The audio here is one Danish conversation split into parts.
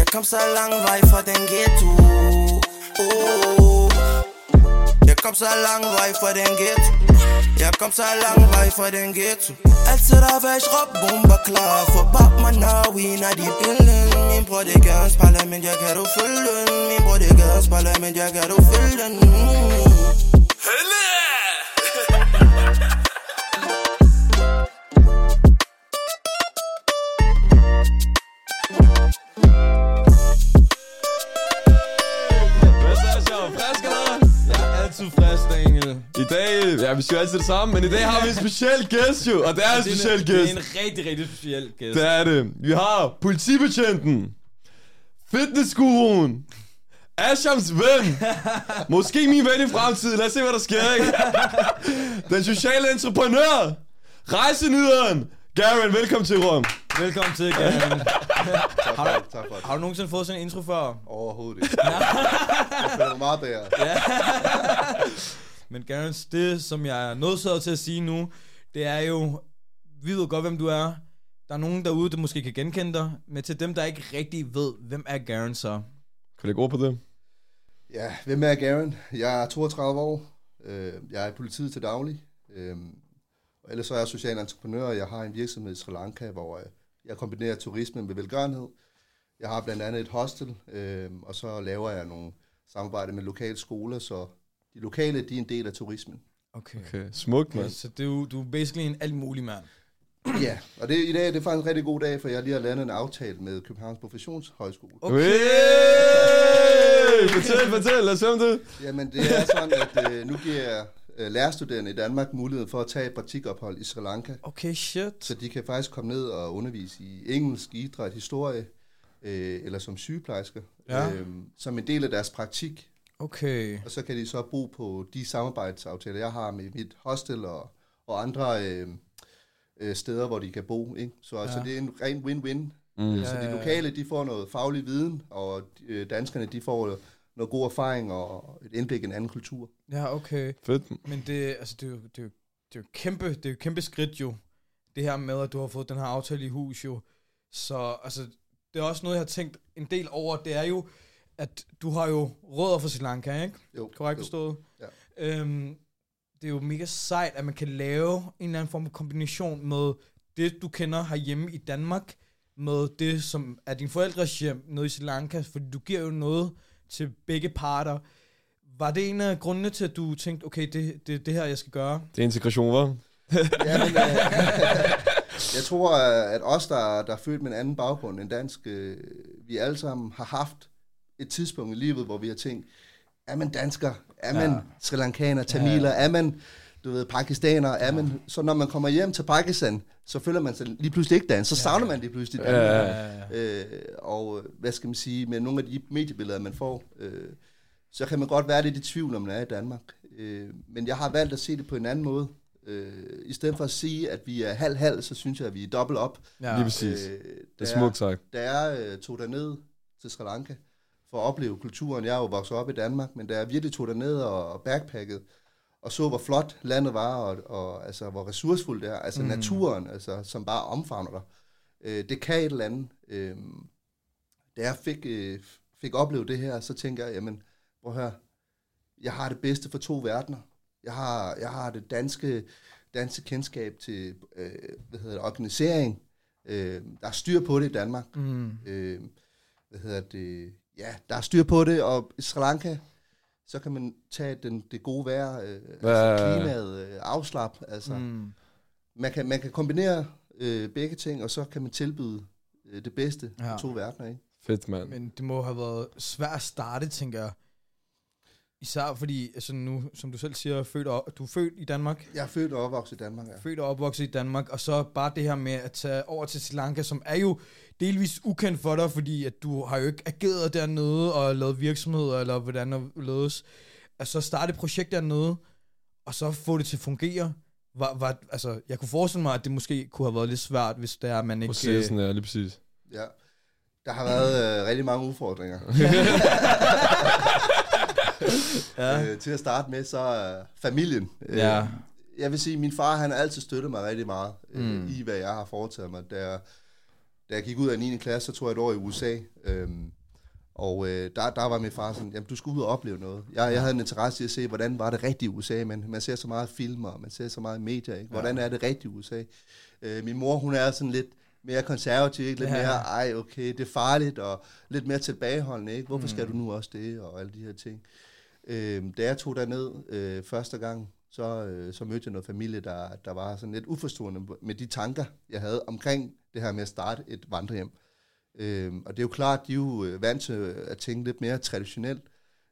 kom så lang vej fra den ghetto. Jeg kom så lang vej fra den ghetto. Jeg kom så lang vej fra den ghetto. Altid der væk råb bomber klar. For bab mig når we når de billen. Min bror det gøres parlament, jeg kan du følge den. Min bror det gøres parlament, jeg kan du følge den. Helle! I dag, ja, vi siger altid det samme, men i dag har vi en speciel gæst jo, og det er en speciel gæst. Det er en rigtig, rigtig speciel gæst. Det er det. Vi har politibetjenten, fitnessguruen, Ashams ven, måske min ven i fremtiden, lad os se hvad der sker, ikke? Den sociale entreprenør, rejsenyderen, Garen, velkommen til Rom. Velkommen til, Garen. Tak for det. Har du nogensinde fået sådan en intro før? Overhovedet ikke. Jeg føler mig meget bedre. Ja. Men Garen, det som jeg er nødsaget til at sige nu, det er jo, vi ved godt hvem du er. Der er nogen derude, der måske kan genkende dig, men til dem, der ikke rigtig ved, hvem er Garen så? Kan du lægge ord på det? Ja, hvem er Garen? Jeg er 32 år. Jeg er i politiet til daglig. Og ellers så er jeg social entreprenør, og jeg har en virksomhed i Sri Lanka, hvor jeg kombinerer turisme med velgørenhed. Jeg har blandt andet et hostel, og så laver jeg nogle samarbejder med lokale skoler, så de lokale, de er en del af turismen. Okay. Smukt, mand. Okay, så du er basically en alt mulig mand. Ja, og i dag det er faktisk en rigtig god dag, for jeg lige har landet en aftale med Københavns Professionshøjskole. Okay. Fortæl, lad os høre om det. Jamen, det er sådan, at nu giver jeg lærerstuderende i Danmark mulighed for at tage et praktikophold i Sri Lanka. Okay, shit. Så de kan faktisk komme ned og undervise i engelsk, idræt, historie, eller som sygeplejersker, som en del af deres praktik. Okay. Og så kan de så bo på de samarbejdsaftaler, jeg har med mit hostel og andre steder, hvor de kan bo. Ikke? Så altså, det er en ren win-win. Så de lokale, de får noget faglig viden, og danskerne, de får noget god erfaring og et indblik i en anden kultur. Ja, okay. Fedt. Men det er jo et kæmpe skridt jo. Det her med, at du har fået den her aftale i hus jo. Så altså, det er også noget, jeg har tænkt en del over. Det er jo, at du har jo rødder fra Sri Lanka, ikke? Jo. Korrekt forstået? Ja. Det er jo mega sejt, at man kan lave en eller anden form for kombination med det, du kender herhjemme i Danmark, med det, som er din forældres hjem nede i Sri Lanka, fordi du giver jo noget til begge parter. Var det en af grundene til, at du tænkte, okay, det her, jeg skal gøre? Det er integration, hva'? Ja, men, jeg tror, at os, der er født med en anden baggrund end dansk, vi alle sammen har haft et tidspunkt i livet, hvor vi har tænkt, er man dansker? Er man sri lankaner, tamiler? Er man, pakistaner? Er man... Så når man kommer hjem til Pakistan, så føler man sig lige pludselig ikke dansk. Så savner man lige pludselig Danmark. Og hvad skal man sige, med nogle af de mediebilleder, man får, så kan man godt være lidt i tvivl, om man er i Danmark. Men jeg har valgt at se det på en anden måde. I stedet for at sige, at vi er halv-halv, så synes jeg, at vi er dobbelt op. Ja. Lige præcis. Det er smukt sagt. Da jeg tog derned til Sri Lanka for at opleve kulturen. Jeg er jo vokset op i Danmark, men da jeg virkelig tog derned og backpackede, og så hvor flot landet var, og altså, hvor ressourcefuldt det er, altså naturen, altså, som bare omfavner dig. Det kan et eller andet. Da jeg fik oplevet det her, så tænker jeg, jamen, prøv at høre, jeg har det bedste for to verdener. Jeg har det danske kendskab til organisering. Der er styr på det i Danmark. Der er styr på det, og i Sri Lanka, så kan man tage det gode vejr, altså klimaet, afslap. Altså, man kan kombinere begge ting, og så kan man tilbyde det bedste af to verdener. Ikke? Fedt, mand. Men det må have været svært at starte, tænker jeg. Især fordi, altså nu, som du selv siger, du er født i Danmark. Jeg er født og opvokset i Danmark, ja. Født og opvokset i Danmark, og så bare det her med at tage over til Sri Lanka, som er jo delvis ukendt for dig, fordi at du har jo ikke ageret dernede og lavet virksomheder, eller hvordan der ledes. Altså starte et projekt dernede, og så få det til at fungere. Altså, jeg kunne forestille mig, at det måske kunne have været lidt svært, hvis det er, man ikke... Processen er lige præcis. Ja, der har været rigtig mange udfordringer. Til at starte med, så familien. Jeg vil sige, at min far, han har altid støttet mig rigtig meget i, hvad jeg har foretaget mig. Da jeg gik ud af 9. klasse, så tog jeg et år i USA. Og der var min far sådan, jamen du skal ud og opleve noget. Jeg havde en interesse i at se, hvordan var det rigtige USA, men man ser så meget film, og man ser så meget medier, ikke? Hvordan er det rigtige USA? Min mor, hun er sådan lidt mere konservativ, ikke? Lidt mere, okay, det er farligt, og lidt mere tilbageholdende, ikke? Hvorfor skal du nu også det, og alle de her ting. Da jeg tog derned første gang, så mødte jeg noget familie, der var sådan lidt uforstående med de tanker, jeg havde omkring det her med at starte et vandrehjem. Og det er jo klart, de er jo vant til at tænke lidt mere traditionelt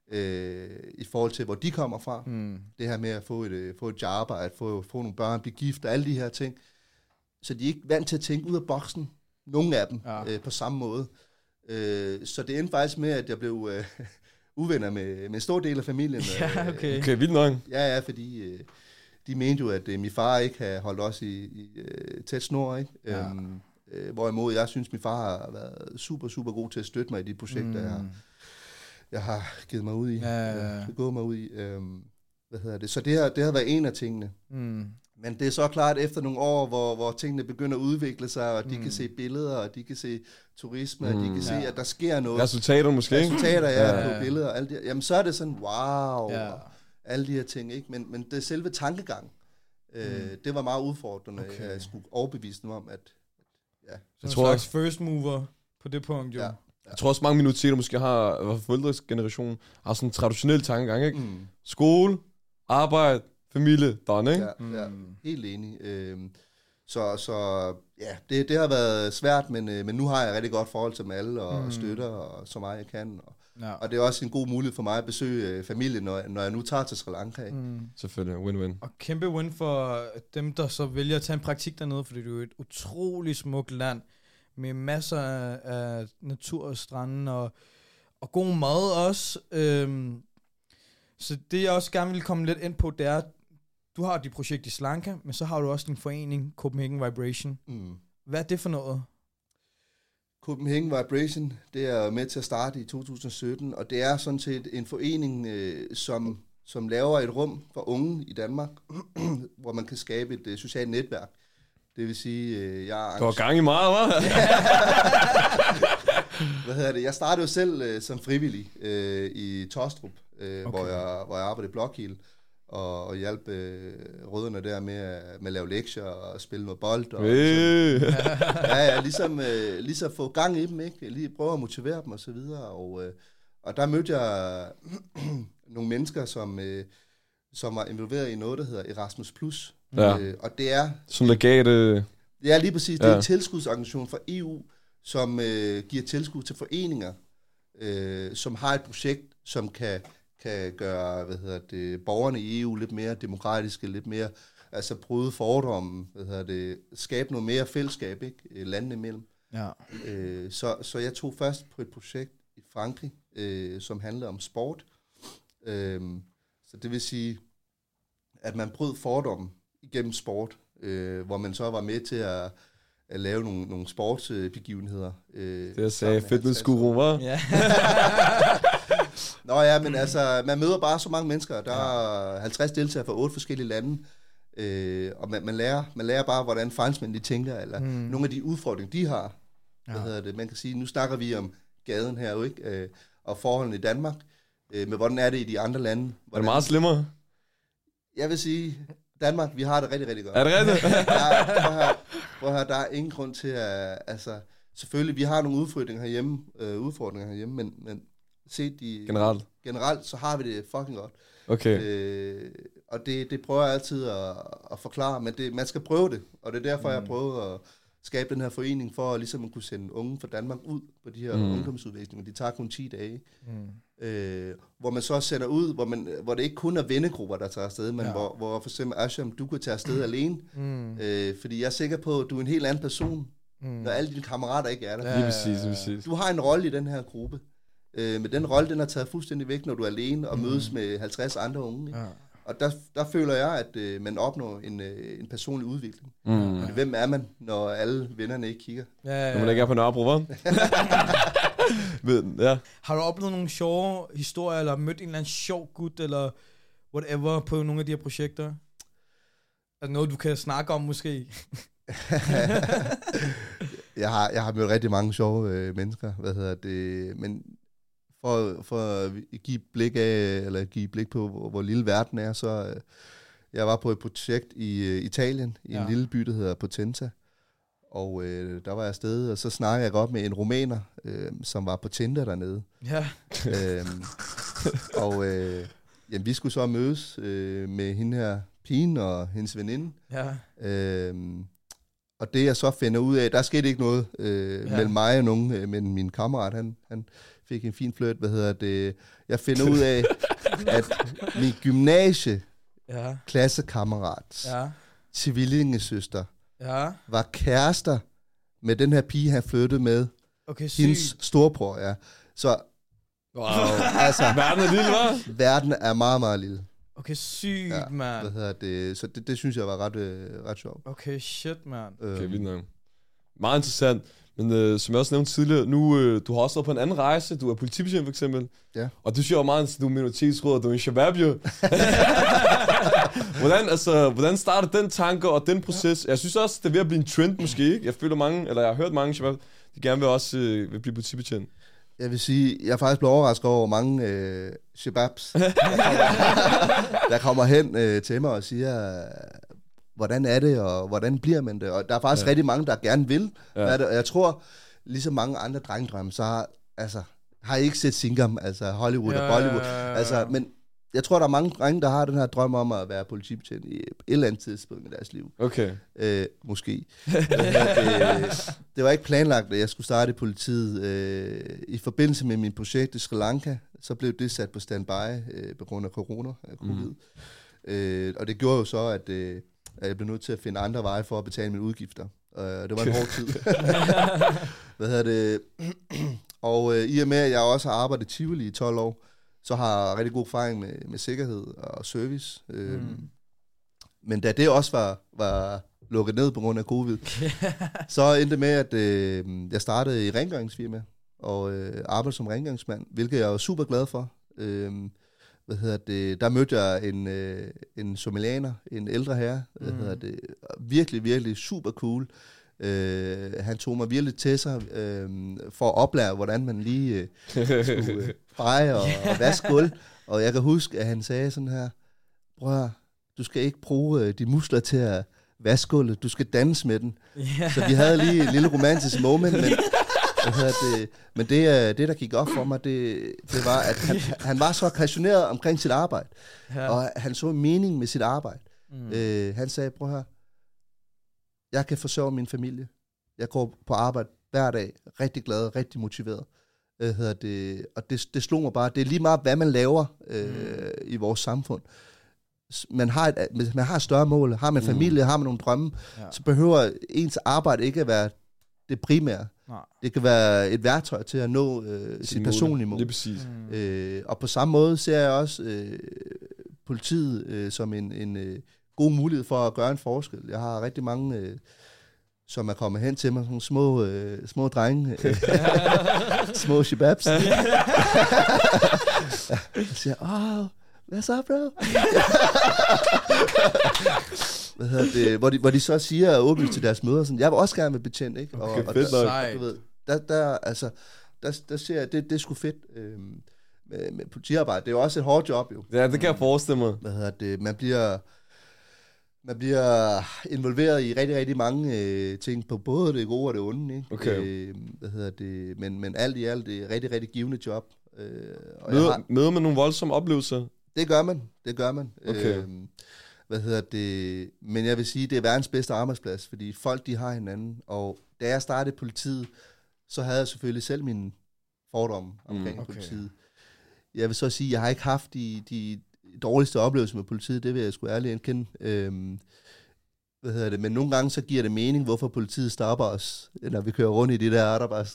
i forhold til, hvor de kommer fra. Det her med at få et job, at få nogle børn, blive gift og alle de her ting. Så de er ikke vant til at tænke ud af boksen, nogle af dem, på samme måde. Så det endte faktisk med, at jeg blev uvenner med en stor del af familien. Ja, okay. Okay, vildt nok. Ja, fordi de mente jo, at min far ikke havde holdt os i tæt snor, ikke? Ja. Hvorimod jeg synes, min far har været super, super god til at støtte mig i de projekter, jeg har givet mig ud i. Gået mig ud i. Så det har været en af tingene. Men det er så klart, efter nogle år, hvor tingene begynder at udvikle sig, og de kan se billeder, og de kan se turisme, og de kan se, at der sker noget. Resultater måske, ikke? Resultater, på billeder og alt det. Jamen, så er det sådan, wow, alle de her ting, ikke? Men det er selve tankegang. Det var meget udfordrende. Okay. Jeg skulle overbevise dem om, at jeg tror også first mover på det punkt, jo. Ja. Jeg tror også, mange minoriteter måske har, forældres generation, har sådan en traditionel tankegang, ikke? Skole, arbejde, familie, done, ikke? Ja, helt enig. Så det har været svært, men nu har jeg rigtig godt forhold til dem alle, og støtter og så meget jeg kan. Og det er også en god mulighed for mig at besøge familien, når jeg nu tager til Sri Lanka. Selvfølgelig, win-win. Og kæmpe win for dem, der så vælger at tage en praktik dernede, fordi det er jo et utroligt smukt land, med masser af natur og strande, og god mad også. Så det jeg også gerne vil komme lidt ind på, det er, du har dit projekt i Sri Lanka, men så har du også din forening, Copenhagen Vibration. Hvad er det for noget? Copenhagen Vibration, det er med til at starte i 2017, og det er sådan set en forening, som laver et rum for unge i Danmark, hvor man kan skabe et socialt netværk. Det vil sige, jeg... Du har gang i meget, hva'? Jeg startede jo selv som frivillig i Tostrup, hvor jeg arbejdede i Blåkiel, og hjalp rødderne der med at lave lektier og spille noget bold. Og ligesom få gang i dem, ikke? Lige prøve at motivere dem og så videre. Og der mødte jeg nogle mennesker, som var involveret i noget, der hedder Erasmus+. Og det er... Som legate... Ja, lige præcis. Det er en tilskudsorganisation fra EU, som giver tilskud til foreninger, som har et projekt, som kan gøre borgerne i EU lidt mere demokratiske, lidt mere bryde fordomme, skabe noget mere fællesskab, ikke, landene imellem. Ja. Så jeg tog først på et projekt i Frankrig, som handlede om sport. Så det vil sige, at man brød fordomme igennem sport, hvor man så var med til at lave nogle sportsbegivenheder. Det jeg sagde, fitnessguru, var? Ja. Nå ja, men altså, man møder bare så mange mennesker. Der er 50 deltagere fra 8 forskellige lande. Og man lærer bare, hvordan franskmænd de tænker, eller nogle af de udfordringer, de har. Man kan sige, nu snakker vi om gaden her, jo ikke? Og forholdene i Danmark. Men hvordan er det i de andre lande? Er det meget slemmere? Jeg vil sige, Danmark, vi har det rigtig, rigtig godt. Er det rigtigt? Der er ingen grund til at... selvfølgelig, vi har nogle udfordringer herhjemme, men set de... Generelt, så har vi det fucking godt. Okay. Og det prøver jeg altid at forklare, men man skal prøve det. Og det er derfor, jeg har prøvet at skabe den her forening, for ligesom at kunne sende unge fra Danmark ud på de her ungdomsudvekslinger. De tager kun 10 dage. Hvor man så sender ud, hvor det ikke kun er vennegrupper, der tager afsted, men hvor for eksempel Asham, du kan tage afsted alene. Fordi jeg er sikker på, at du er en helt anden person, når alle dine kammerater ikke er der. Lige præcis. Du har en rolle i den her gruppe. Men den rolle, den er taget fuldstændig væk, når du er alene og mødes med 50 andre unge. Ja. Og der føler jeg, at man opnår en personlig udvikling. Hvem er man, når alle vennerne ikke kigger? Når man ikke er på Nørrebro, hva'? Ja. Har du oplevet nogle sjove historier, eller mødt en eller anden sjov gut, eller whatever, på nogle af de her projekter? Er det noget, du kan snakke om, måske? Jeg har mødt rigtig mange sjove mennesker, men for at give blik på, hvor lille verden er, så jeg var på et projekt i Italien, i en lille by, der hedder Potenza. Og der var jeg afsted, og så snakkede jeg godt med en rumæner, som var på Tinder dernede. Ja. Jamen, vi skulle så mødes med hende her pigen og hendes veninde. Ja. Og det jeg så finder ud af, der skete ikke noget mellem mig og nogen, men min kammerat, han fik en fin flirt, jeg finder ud af, at min klassekammerats tvillingesøster var kærester med den her pige, han flyttede med. Okay, hendes storbror, ja. Så, altså, verden er lille, hva'? Verden er meget, meget lille. Okay, sygt, mand. Så det synes jeg var ret sjovt. Okay, shit, mand. Okay, vildt nok. Meget interessant. Men som jeg også nævnte tidligere, nu du har også været på en anden rejse. Du er politibetjent for eksempel. Ja. Og du siger jo meget, du er minoritetsråd, du er en shabab jo. Hvordan startede den tanke og den proces? Jeg synes også, det er ved at blive en trend måske, ikke? Jeg har hørt mange shabab, de gerne vil også vil blive politibetjent. Jeg vil sige, jeg er faktisk blevet overrasket over mange shababs, der kommer hen til mig og siger, hvordan er det, og hvordan bliver man det? Og der er faktisk rigtig mange, der gerne vil. Ja. Og jeg tror, ligesom mange andre drengedrømme, så har I ikke set Singham, altså Hollywood og Bollywood. Altså, men jeg tror, der er mange drenge, der har den her drøm om at være politibetjent i et eller andet tidspunkt i deres liv. Okay. Måske. Det var ikke planlagt, at jeg skulle starte i politiet. I forbindelse med min projekt i Sri Lanka, så blev det sat på standby på grund af corona. Og det gjorde jo så, at jeg blev nødt til at finde andre veje for at betale mine udgifter. Det var en hård tid. Og i og med, at jeg også har arbejdet i Tivoli i 12 år, så har jeg rigtig god erfaring med sikkerhed og service. Men da det også var lukket ned på grund af covid, så endte det med, at jeg startede i rengøringsfirma og arbejdede som rengøringsmand, hvilket jeg var super glad for. Der mødte jeg en somalianer, en ældre herre, virkelig, virkelig super cool. Han tog mig virkelig til sig for at oplære, hvordan man lige skulle feje og vaske gulv. Og jeg kan huske, at han sagde sådan her, bror, du skal ikke bruge de muskler til at vaske gulvet, du skal danse med den. Yeah. Så vi havde lige et lille romantisk moment, men det, der gik op for mig, det var, at han var så passioneret omkring sit arbejde, og han så mening med sit arbejde. Han sagde, prøv her, jeg kan forsørge min familie. Jeg går på arbejde hver dag, rigtig glad, rigtig motiveret. Og det slog mig bare, det er lige meget, hvad man laver i vores samfund. Man har et større mål, har man familie, har man nogle drømme, så behøver ens arbejde ikke at være det primære. Nej. Det kan være et værktøj til at nå sit personlige mål. Det er præcis. Og på samme måde ser jeg også politiet som en god mulighed for at gøre en forskel. Jeg har rigtig mange, som er kommet hen til mig, sådan små drenge, små shababs. Jeg siger, hvad så, bro? Hvor de så siger åbent til deres møder, sådan, jeg vil også gerne være betjent, ikke? Okay, og fedt der ser jeg, det er sgu fedt med politiarbejde. Det er jo også et hårdt job, jo. Ja, det kan jeg forestille mig. Man bliver involveret i rigtig, rigtig mange ting, på både det gode og det onde, ikke? Okay. Men alt i alt, det er et rigtig, rigtig givende job. Møder man nogle voldsomme oplevelser? Det gør man. Okay. Men jeg vil sige, det er verdens bedste arbejdsplads, fordi folk, de har hinanden. Og da jeg startede politiet, så havde jeg selvfølgelig selv mine fordomme omkring politiet. Jeg vil så sige, jeg har ikke haft de dårligste oplevelser med politiet, det vil jeg sgu ærligt anerkende. Men nogle gange så giver det mening, hvorfor politiet stopper os, når vi kører rundt i de der Arterbas.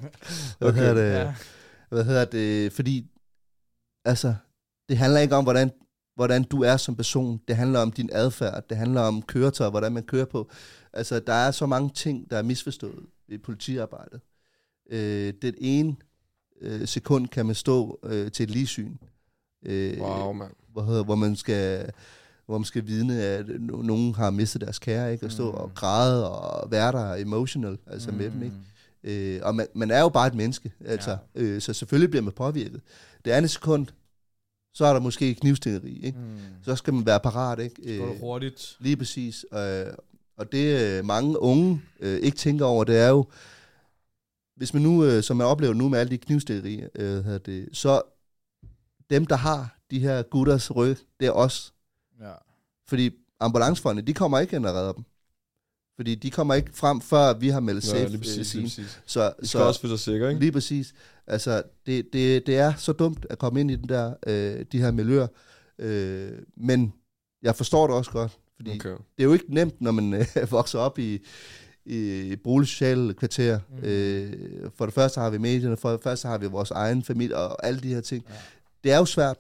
Fordi, altså, det handler ikke om, hvordan du er som person. Det handler om din adfærd. Det handler om køretøj, hvordan man kører på. Altså, der er så mange ting, der er misforstået i politiarbejdet. Det ene sekund kan man stå til et ligsyn. Wow, man. Hvor man skal vidne, at nogen har mistet deres kære, ikke? Og stå og græde og være der emotional, altså med dem, ikke? Og man er jo bare et menneske, altså. Så selvfølgelig bliver man påvirket. Det andet sekund, så er der måske knivstikkeri, ikke? Så skal man være parat, ikke? Det går hurtigt. Lige præcis. Og det mange unge ikke tænker over, det er jo, hvis man nu, som jeg oplever nu med alle de knivstikkerier, så dem, der har de her gutters ryg, det er os. Ja. Fordi ambulancefolkene, de kommer ikke ind og redder dem. Fordi de kommer ikke frem, før vi har meldt safe. Lige præcis. Så de skal også føle sig sikre, ikke? Lige præcis. Altså, det er så dumt at komme ind i den der, de her miljøer. Men jeg forstår det også godt. Fordi det er jo ikke nemt, når man vokser op i boligsociale kvarter. For det første har vi medierne, for det første har vi vores egen familie og alle de her ting. Ja. Det er jo svært.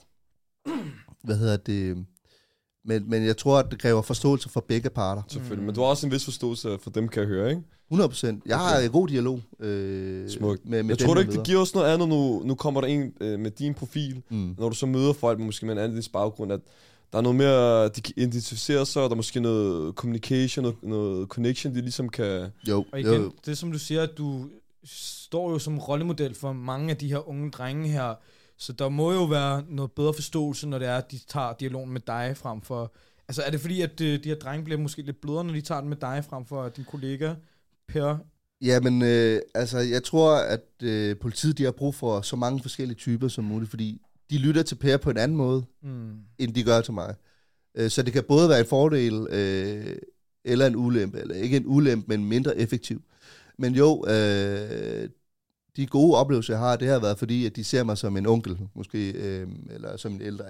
Men jeg tror, at det kræver forståelse for begge parter. Selvfølgelig, men du har også en vis forståelse for dem, kan jeg høre, ikke? 100%. Jeg har en god dialog Smukt. Med jeg tror du ikke, det giver os noget andet, nu kommer der en med din profil, når du så møder folk måske med en anden baggrund, at der er noget mere, de kan identificere sig, og der er måske noget communication, noget connection, de ligesom kan... Jo. Og igen, det er som du siger, at du står jo som rollemodel for mange af de her unge drenge her, så der må jo være noget bedre forståelse, når det er, at de tager dialogen med dig frem for... Altså er det fordi, at de her drenge bliver måske lidt blødere, når de tager den med dig frem for din kollega, Per? Jamen, altså jeg tror, at politiet de har brug for så mange forskellige typer som muligt, fordi de lytter til Per på en anden måde, end de gør til mig. Så det kan både være en fordel, eller en ulempe, eller ikke en ulempe, men mindre effektiv. Men jo, de gode oplevelser, jeg har, det har været fordi, at de ser mig som en onkel, måske, eller som en ældre.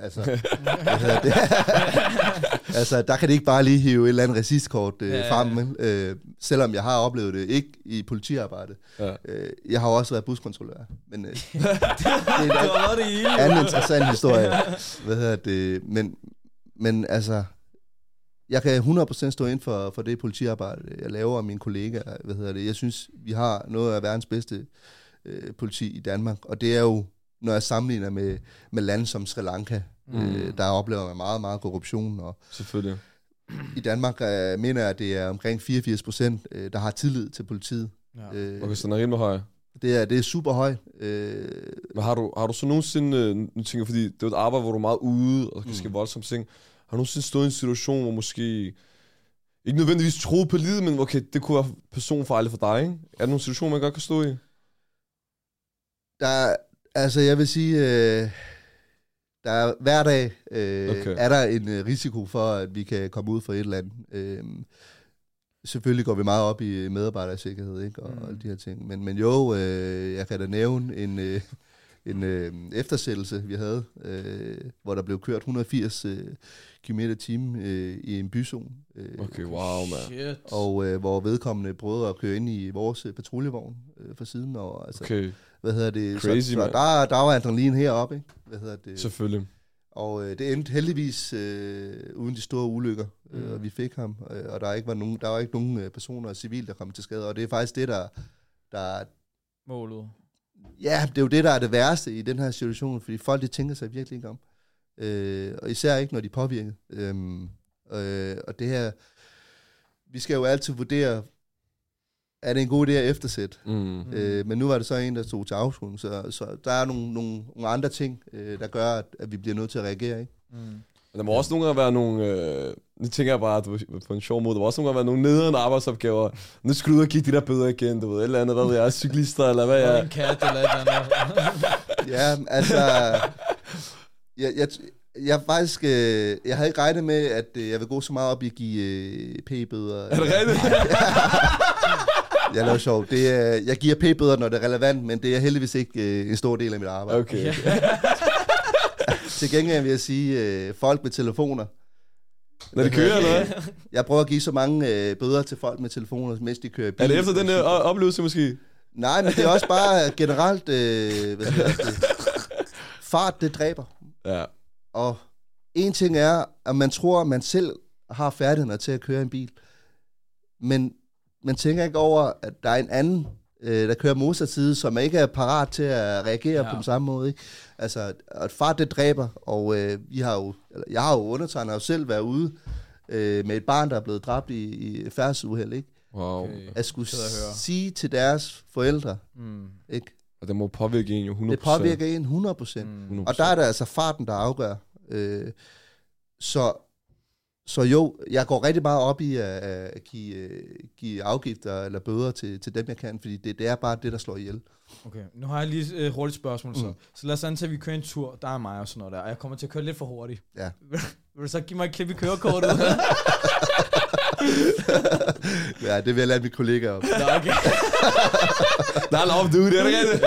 Altså, der kan de ikke bare lige hive et eller andet racistkort frem, selvom jeg har oplevet det, ikke i politiarbejde. Ja. Jeg har også været buskontrollør, men det er en anden interessant historie. Men altså, jeg kan 100% stå ind for det politiarbejde, jeg laver, og mine kollegaer. Jeg synes, vi har noget af verdens bedste politi i Danmark, og det er jo, når jeg sammenligner med lande som Sri Lanka, der oplever man meget, meget korruption. Og selvfølgelig. I Danmark mener jeg, at det er omkring 84%, der har tillid til politiet. Ja. Og hvis den er rimelig høj? Det er super højt. Men har du så nogensinde, nu tænker fordi det er et arbejde, hvor du er meget ude, og skal voldsomt ting, har du nogensinde stået i en situation, hvor måske ikke nødvendigvis troede på livet, men okay, det kunne være personfarligt for dig, ikke? Er der nogle situationer, man godt kan stå i? Altså jeg vil sige, der er hver dag er der en risiko for, at vi kan komme ud for et eller andet. Selvfølgelig går vi meget op i medarbejdersikkerhed, ikke? Og alle de her ting. Men jo, jeg kan da nævne en eftersættelse, vi havde, hvor der blev kørt 180 km/t i en byzone. Okay, wow, man. Og hvor vedkommende prøvede at køre ind i vores patruljevogn fra siden. Og, altså, okay. Crazy, så der var adrenalin heroppe, ikke? Selvfølgelig. Og det endte heldigvis uden de store ulykker, og vi fik ham. Og der var ikke nogen personer civil, der kom til skade. Og det er faktisk det, der målet. Ja, det er jo det, der er det værste i den her situation, fordi folk, de tænker sig virkelig ikke om. Og især ikke, når de er påvirket. Og det her, vi skal jo altid vurdere, er det en god idé at eftersætte? Men nu var det så en, der stod til afskoling, så der er nogle andre ting, der gør, at vi bliver nødt til at reagere, ikke? Der må også nogle gange være nogle, nu tænker jeg bare på en sjov måde, der må også nogle gange være nogle nederne arbejdsopgaver. Nu skal du ud og give de der bøder igen, du ved, et eller andet, hvad ved jeg, cyklister, eller hvad jeg... En kat, eller et eller andet. Ja, altså... Jeg faktisk, jeg havde ikke regnet med, at jeg vil gå så meget op i at give p-bøder. Er det rigtigt? Jeg laver sjov. Jeg giver p-bøder, når det er relevant, men det er heldigvis ikke en stor del af mit arbejde. Okay. Til gengæld vil jeg sige, folk med telefoner. Når de kører, eller hvad? Jeg prøver at give så mange bøder til folk med telefoner, mens de kører bil. Er det efter den oplevelse måske? Nej, men det er også bare generelt, fart, det dræber. Ja. Og en ting er, at man tror, at man selv har færdigheder til at køre en bil. Men man tænker ikke over, at der er en anden, der kører modsat side, som ikke er parat til at reagere på den samme måde. Ikke? Altså, at fart det dræber, og jeg har jo undertegnet og selv været ude med et barn, der er blevet dræbt i færdselsuheld, ikke? Wow. Okay. At skulle Fedt at høre. sige til deres forældre, ikke? Og det må påvirke en jo 100%. Det påvirker en 100%. 100%. Og der er det altså farten, der afgør. Så jo, jeg går rigtig meget op i at give afgifter eller bøder til dem, jeg kan, fordi det er bare det, der slår ihjel. Okay, nu har jeg lige et hurtigt spørgsmål så. Så lad os antage, at vi kører en tur, der er mig og sådan noget der, og jeg kommer til at køre lidt for hurtigt. Ja. Vil du så give mig et klip i kørekortet? Ja, det vil jeg lade mine kollegaer om. Nå, okay. Der er lov, du, det er det rigtigt.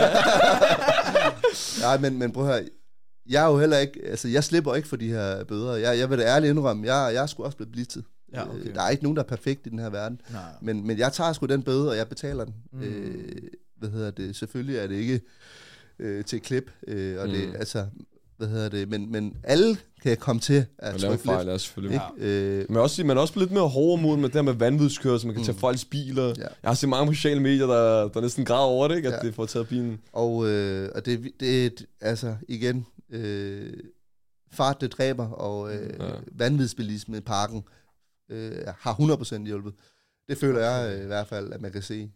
Nej, men prøv at høre. Jeg er jo heller ikke, altså jeg slipper ikke for de her bøder. Jeg vil da ærligt indrømme, jeg er sgu også blevet blitzet. Ja, okay. Der er ikke nogen, der er perfekt i den her verden. Nej. Men jeg tager sgu den bøde, og jeg betaler den. Selvfølgelig er det ikke til klip. Og det, altså, men alle kan komme til at lave trykke fejl, lidt. er selvfølgelig. Ja. Men også sige, man er også lidt mere hårdere mod med det her med vanvidskørsel, man kan tage folks biler. Ja. Jeg har set mange på sociale medier, der næsten græder over det, ikke? At det får taget bilen. Og det altså igen, fart det dræber, og vanvidsbilisme i parken har 100% hjulpet. Det føler jeg i hvert fald, at man kan se.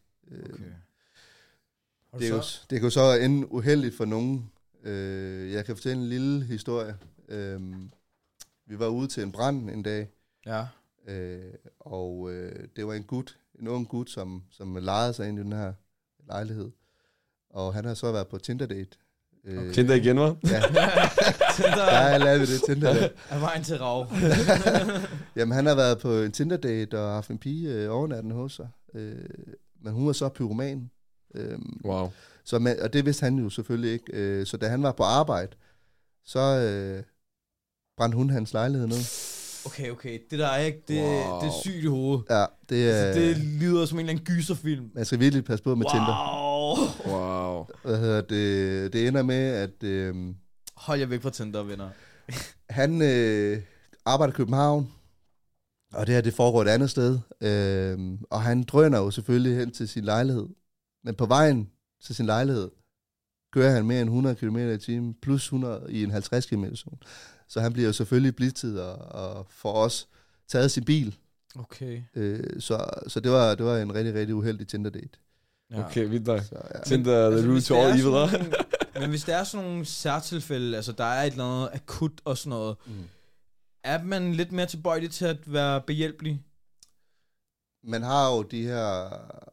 Det kan jo så ende uheldigt for nogen. Jeg kan fortælle en lille historie. Vi var ude til en brand en dag. Ja. Og det var en ung gut, som lejede sig ind i den her lejlighed. Og han har så været på Tinder-date. Tinder igen, hva'? Ja. Der lavede vi det Tinder-date. Er vejen til rav. Jamen, han har været på en Tinder-date og haft en pige overnattende hos sig. Men hun var så pyroman. Wow. Og det vidste han jo selvfølgelig ikke. Så da han var på arbejde, så brændte hun hans lejlighed ned. Okay. Det der er ikke, det er sygt i hovedet. Ja, det lyder som en eller anden gyserfilm. Man skal virkelig passe på med Tinder. Wow. Det ender med, at hold jer væk fra Tinder, venner. Han arbejder i København, og det her, det foregår et andet sted. Og han drøner jo selvfølgelig hen til sin lejlighed. Men på vejen til sin lejlighed kører han mere end 100 km i timen, plus 100 i en 50 km zone. Så han bliver jo selvfølgelig blitzet og får også taget sin bil. Okay. Så det var en rigtig, rigtig uheldig Tinder-date. Ja. Okay, vildt dig. Ja. Tinder, the route to all evil, der. Men hvis der er sådan nogle særtilfælde, altså der er et eller andet akut og sådan noget, er man lidt mere tilbøjelig til at være behjælpelig? Man har jo de her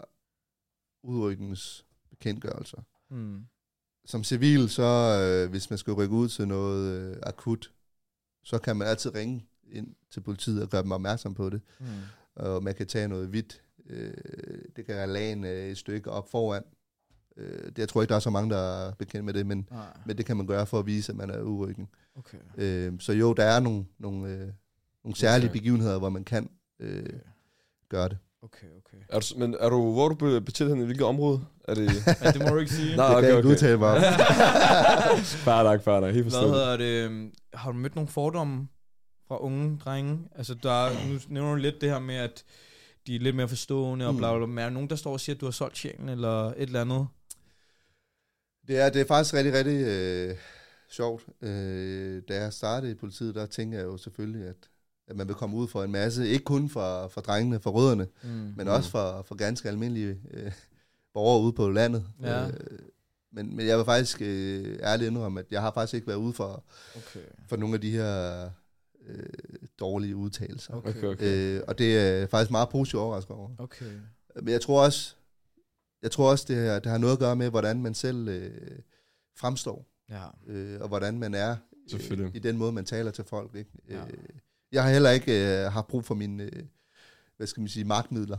udrykningsbekendtgørelser. Som civil, så hvis man skal rykke ud til noget akut, så kan man altid ringe ind til politiet og gøre dem opmærksom på det. Og man kan tage noget hvidt. Det kan være lagen et stykke op foran. Jeg tror ikke, der er så mange, der er bekendt med det, men det kan man gøre for at vise, at man er udrykning. Okay. Så jo, der er nogle særlige begivenheder, hvor man kan gøre det. Okay. Hvor er du betjent hen i hvilket område? Er det... Ja, det må du ikke sige. Nej, okay. Det kan jeg ikke udtale mig om. Fair nok. Helt forstået. Hvad hedder det? Har du mødt nogle fordomme fra unge drenge? Altså, nu nævner du lidt det her med, at de er lidt mere forstående og bla bla bla. Er der nogen, der står og siger, at du har solgt sjælen eller et eller andet? Det er faktisk rigtig, rigtig sjovt. Da jeg startede i politiet, der tænkte jeg jo selvfølgelig, at man vil komme ud for en masse, ikke kun for drengene, for rødderne, men også for ganske almindelige borgere ude på landet. Ja. Men jeg vil faktisk ærligt indrømme, at jeg har faktisk ikke været ude for nogle af de her dårlige udtalelser. Okay. Og det er faktisk meget positivt overrasket over. Okay. Men jeg tror også det har noget at gøre med, hvordan man selv fremstår. Ja. Og hvordan man er i den måde, man taler til folk. Ikke? Ja. Jeg har heller ikke haft brug for mine, magtmidler.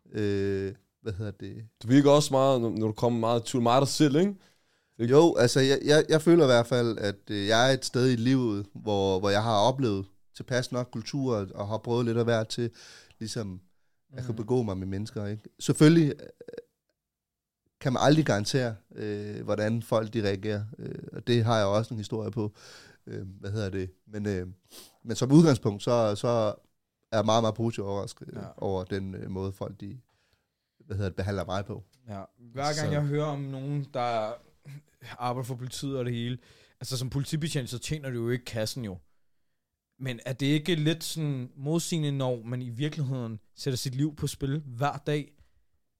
Du virker også meget, når du kommer meget dig selv, ikke? Jo, altså jeg føler i hvert fald, at jeg er et sted i livet, hvor jeg har oplevet tilpas nok kultur, og har prøvet lidt at være til, ligesom, at kunne begå mig med mennesker, ikke? Selvfølgelig kan man aldrig garantere, hvordan folk de reagerer, og det har jeg også en historie på. Men som udgangspunkt, så er jeg meget, meget positivt overrasket over den måde, folk de behandler mig på. Ja. Hver gang jeg hører om nogen, der arbejder for politiet og det hele, altså som politibetjent, så tjener du jo ikke kassen jo. Men er det ikke lidt sådan modsigende, når man i virkeligheden sætter sit liv på spil hver dag,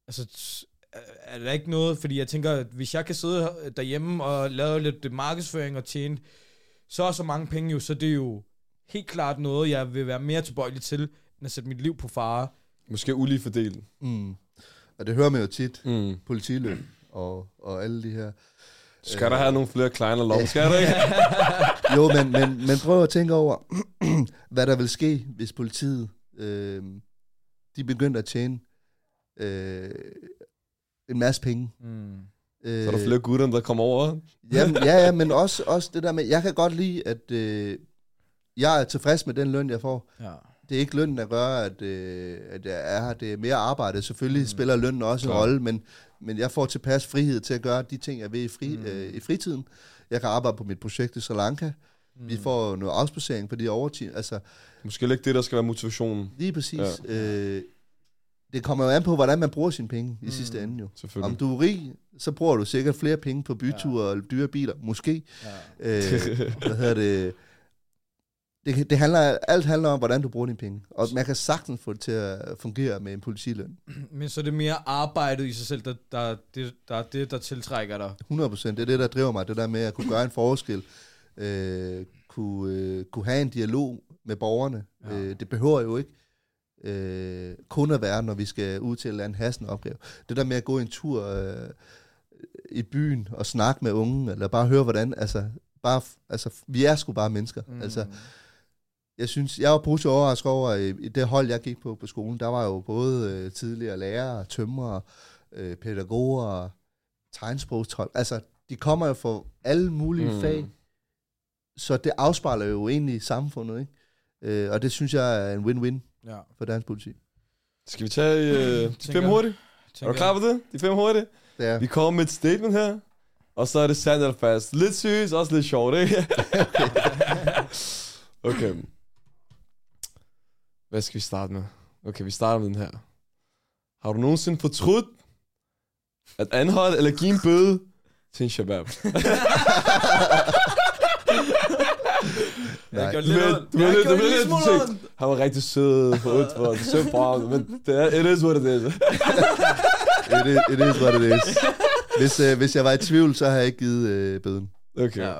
Altså, er der ikke noget, fordi jeg tænker, at hvis jeg kan sidde derhjemme og lave lidt markedsføring og tjene så mange penge jo, så det er jo helt klart noget, jeg vil være mere tilbøjelig til, end at sætte mit liv på fare. Måske ulige fordelen. Og det hører man jo tit. Politiløn og alle de her. Skal der have nogle flere kleiner lov? Skal der ikke? Jo, men prøv at tænke over, hvad der vil ske, hvis politiet de begyndte at tjene en masse penge. Så er der flere gutter, der kommer over. Ja, men også det der med, jeg kan godt lide, at jeg er tilfreds med den løn, jeg får. Ja. Det er ikke lønnen, der gør, at jeg er her. Det er mere arbejde. Selvfølgelig spiller lønnen også en rolle, men jeg får tilpas frihed til at gøre de ting, jeg vil i fritiden. Jeg kan arbejde på mit projekt i Sri Lanka. Vi får noget afspacering på de overtid. Altså, måske ikke det, der skal være motivationen. Lige præcis. Ja. Det kommer jo an på, hvordan man bruger sine penge i sidste ende jo. Om du er rig, så bruger du sikkert flere penge på byture og dyre biler. Måske. Ja. Hvad hedder det? Alt handler om, hvordan du bruger dine penge. Og man kan sagtens få det til at fungere med en politiløn. Men så er det mere arbejdet i sig selv, der er det, der tiltrækker dig? 100%. Det er det, der driver mig. Det der med at kunne gøre en forskel. Kunne have en dialog med borgerne. Ja. Det behøver jo ikke kun at være, når vi skal ud til en eller anden hastende opgave. Det der med at gå en tur i byen og snakke med unge, eller bare høre, hvordan... vi er sgu bare mennesker. Altså, jeg var positivt overrasket over, i det hold, jeg gik på skolen, der var jo både tidligere lærere, tømrere, pædagoger, tegnsprogstolk. Altså, de kommer jo fra alle mulige fag, så det afspejler jo egentlig samfundet, ikke? Og det synes jeg er en win-win for dansk politi. Skal vi tage de 5 hurtigt? Er du klar på det? De 5 hurtigt? Ja. Vi kommer med et statement her, og så er det sandt eller fast. Lidt seriøst, også lidt sjovt, ikke? Okay. Hvad skal vi starte med? Okay, vi starter med den her. Har du nogensinde fortrudt at anholde eller give en bøde til en shabab? Nej. Han var rigtig sød på udtryk. Så bra, men it is what it is. It is what it is. Hvis jeg var i tvivl, så har jeg ikke givet bøden. Okay.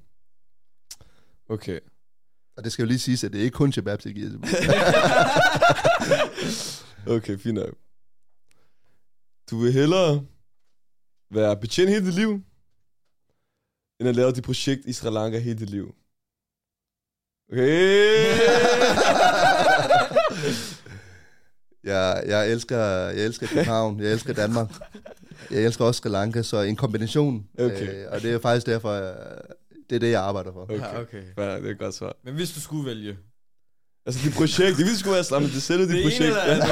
Okay. Og det skal jo lige siges, at det er ikke kun shababs, jeg giver. Okay, fint nok. Du vil hellere være betjent hele dit liv, end at lave dit projekt i Sri Lanka hele dit liv. Okay. Jeg elsker København, jeg elsker Danmark. Jeg elsker også Sri Lanka, så en kombination. Okay. Og det er faktisk derfor, det er det, jeg arbejder for. Okay. Ja, det er godt svar. Men hvis du skulle vælge? Altså, dit projekt, det ville skulle være sammen, det selv dit projekt.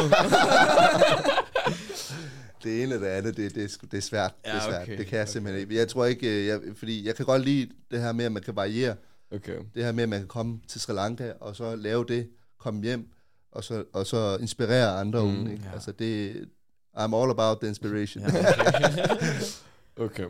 Det ene eller det andet, det er svært. Ja, det er svært. Okay. Det kan jeg simpelthen ikke. Jeg tror ikke, fordi jeg kan godt lide det her med, at man kan variere. Okay. Det her med, at man kan komme til Sri Lanka, og så lave det, komme hjem, og så inspirere andre unge. Ikke? Ja. Altså det, I'm all about the inspiration. Ja, okay.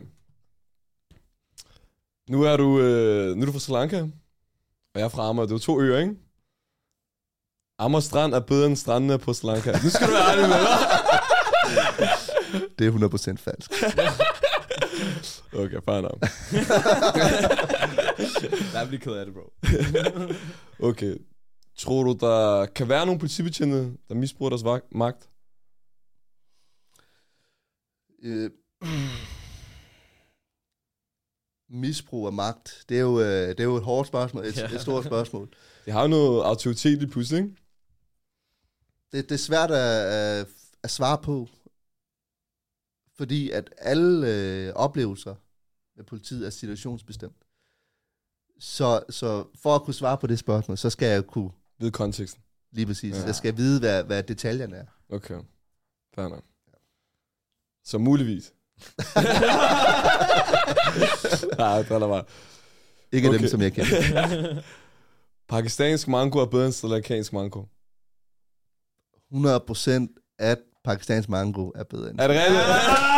Nu er du fra Sri Lanka, og jeg er fra Amager. Det er 2 øer, ikke? Amager Strand er bedre end strandene på Sri Lanka. Nu skal du være ærlig med mig. Det er 100% falsk. Okay, fair nok. Jeg bliver ked af det, bro. Okay. Tror du, der kan være nogle politibetjente, der misbruger deres magt? Misbrug af magt, det er jo et hårdt spørgsmål, et stort spørgsmål. Det har jo noget autoritet i pludselig, ikke? Det er svært at svare på, fordi at alle oplevelser med politiet er situationsbestemt. Så for at kunne svare på det spørgsmål, så skal jeg kunne... Vide konteksten. Lige præcis. Ja. Jeg skal vide, hvad detaljerne er. Okay. Fair nok. Så muligvis. Nej, det er bare. Ikke okay. Dem, som jeg kender. Pakistansk mango er bedre end srilankansk mango. 100% at pakistansk mango er bedre end... Er det rigtigt?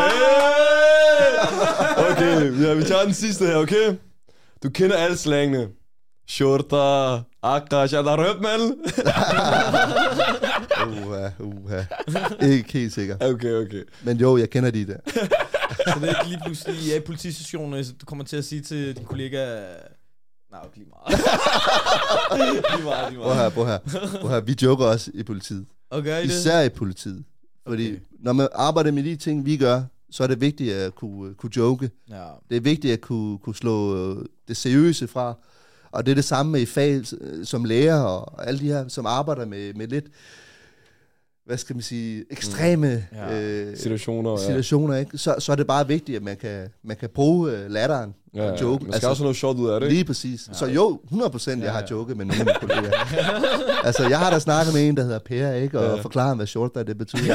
Okay, ja, vi tager den sidste her, okay? Du kender alle slangene. Shorta, Akash, er der røbt, mand? Ikke helt sikker. Okay. Men jo, jeg kender de der. Så det er ikke lige pludselig i politistationen, så du kommer til at sige til din kollega... Nej, ikke lige meget. lige meget. Prøv her. Vi joker også i politiet. Okay, Især i politiet. Fordi når man arbejder med de ting, vi gør, så er det vigtigt at kunne joke. Ja. Det er vigtigt at kunne slå det seriøse fra. Og det er det samme med i fag som lærer og alle de her, som arbejder med lidt, hvad skal man sige, ekstreme situationer, ikke? Så er det bare vigtigt, at man kan bruge latteren og joke. Man skal også have noget sjovt ud af det. Lige præcis. Ja. Så jo, 100% jeg har joket med nogle af mine kolleger. Altså, jeg har da snakket med en, der hedder Per, ikke? Og forklaret, hvad short det betyder.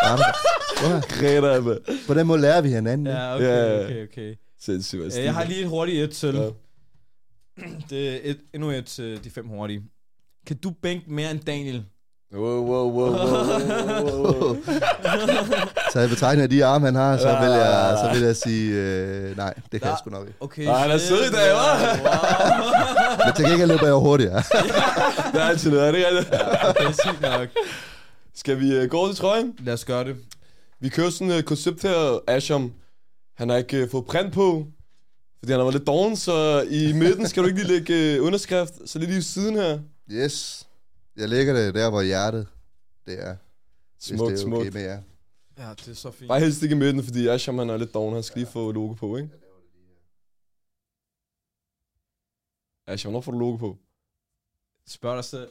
På den måde lærer vi hinanden. Ja, okay. Sindssygt. Jeg har lige et hurtigt et til. Ja. Det er endnu et til de 5 hurtige. Kan du bænke mere end Daniel? Wow. Så jeg betegner de arme, han har, så vil jeg sige, nej, det kan jeg sgu nok ikke. Okay, han er sød i dag, hva'? Wow. Men til gengæld løber jeg hurtigere. Det er altid noget, det er det. Ja, okay, sygt nok. Skal vi gå til trøjen? Lad os gøre det. Vi kører sådan et koncept her, Asham. Han har ikke fået print på, fordi han har været lidt doven, så i midten skal du ikke lige lægge underskrift, så lidt i siden her. Yes. Jeg lægger det der, hvor hjertet det er. Smukt. Okay med jer. Ja, det er så fint. Bare helst ikke i midten, fordi Asham han er lidt doven, han skal lige få logo på, ikke? Asham, hvornår får du logo på? Spørg dig selv.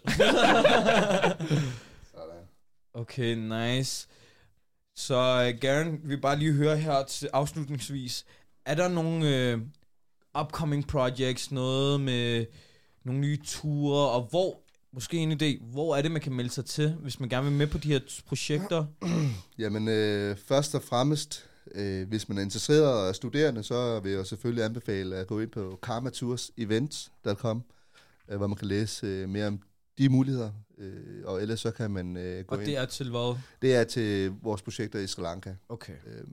Okay, nice. Så Garen, vi vil bare lige høre her til afslutningsvis. Er der nogle upcoming projects, noget med nogle nye ture, og hvor, måske en idé, hvor er det, man kan melde sig til, hvis man gerne vil med på de her projekter? Jamen, først og fremmest, hvis man er interesseret og er studerende, så vil jeg selvfølgelig anbefale at gå ind på karmatursevents.com, hvor man kan læse mere om de muligheder, og ellers så kan man gå ind. Og det er til hvad? Det er til vores projekter i Sri Lanka. Okay.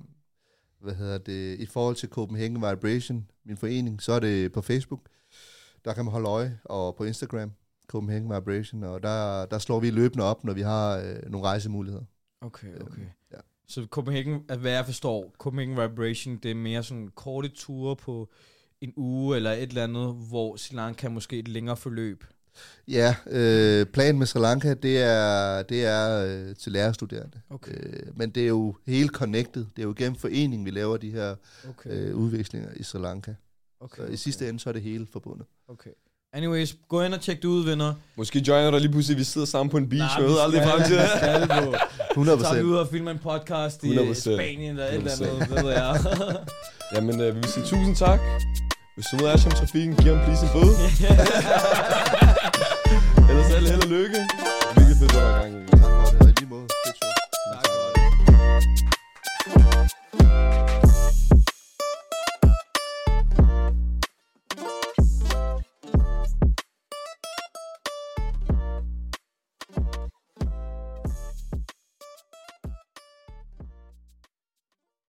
I forhold til Copenhagen Vibration, min forening, så er det på Facebook. Der kan man holde øje, og på Instagram, Copenhagen Vibration, og der slår vi løbende op, når vi har nogle rejsemuligheder. Okay. Ja. Så Copenhagen, hvad jeg forstår, Copenhagen Vibration, det er mere sådan korte ture på en uge eller et eller andet, hvor Sri Lanka måske et længere forløb. Ja, planen med Sri Lanka, det er til lærerstuderende. Okay. Men det er jo helt connected. Det er jo gennem foreningen, vi laver de her udvekslinger i Sri Lanka. Så i sidste ende, så er det hele forbundet. Okay. Anyways, gå ind og tjek det ud, venner. Måske joiner der lige pludselig, vi sidder sammen på en beach. Jeg ved aldrig frem til det. 100%. Så tager vi ud og filmer en podcast i 100%. Spanien eller et eller andet, ved jeg. Jamen, vi vil sige tusind tak. Hvis du møder Asham Trafikken, giv ham please en bøde.